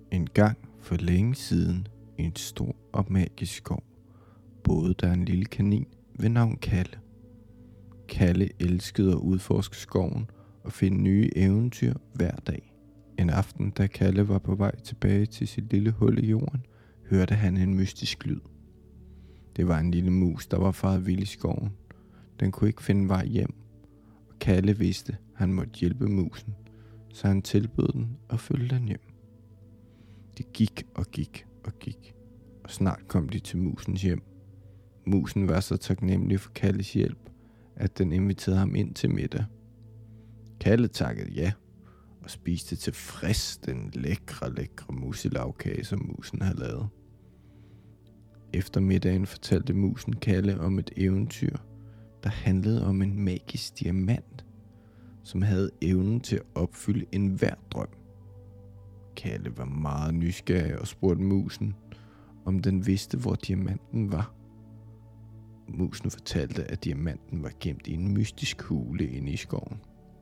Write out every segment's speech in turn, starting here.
En gang for længe siden i en stor og magisk skov boede der en lille kanin ved navn Kalle. Kalle elskede at udforske skoven og finde nye eventyr hver dag. En aften, da Kalle var på vej tilbage til sit lille hul i jorden, hørte han en mystisk lyd. Det var en lille mus, der var faret vild i skoven. Den kunne ikke finde vej hjem, og Kalle vidste, at han måtte hjælpe musen, så han tilbød den at følge den hjem. De gik, og snart kom de til musens hjem. Musen var så taknemmelig for Kalles hjælp, at den inviterede ham ind til middag. Kalle takkede ja, og spiste tilfreds den lækre muselagkage, som musen havde lavet. Efter middagen fortalte musen Kalle om et eventyr, der handlede om en magisk diamant, som havde evnen til at opfylde enhver drøm. Kalle var meget nysgerrig og spurgte musen, om den vidste, hvor diamanten var. Musen fortalte, at diamanten var gemt i en mystisk hule inde i skoven.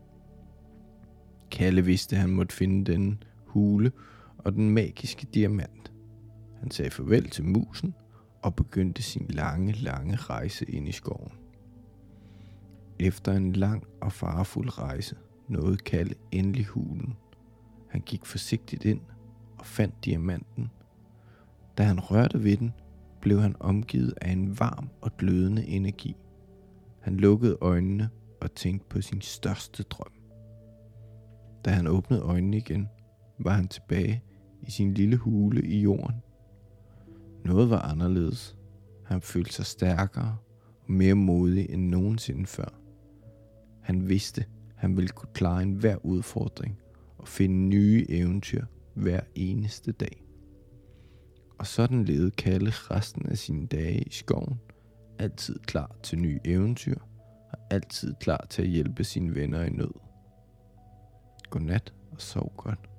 Kalle vidste, at han måtte finde den hule og den magiske diamant. Han sagde farvel til musen og begyndte sin lange rejse ind i skoven. Efter en lang og farefuld rejse nåede Kalle endelig hulen. Han gik forsigtigt ind og fandt diamanten. Da han rørte ved den, blev han omgivet af en varm og glødende energi. Han lukkede øjnene og tænkte på sin største drøm. Da han åbnede øjnene igen, var han tilbage i sin lille hule i jorden. Noget var anderledes. Han følte sig stærkere og mere modig end nogensinde før. Han vidste, han ville kunne klare enhver udfordring og finde nye eventyr hver eneste dag. Og sådan levede Kalle resten af sine dage i skoven, altid klar til nye eventyr og altid klar til at hjælpe sine venner i nød. Godnat og sov godt.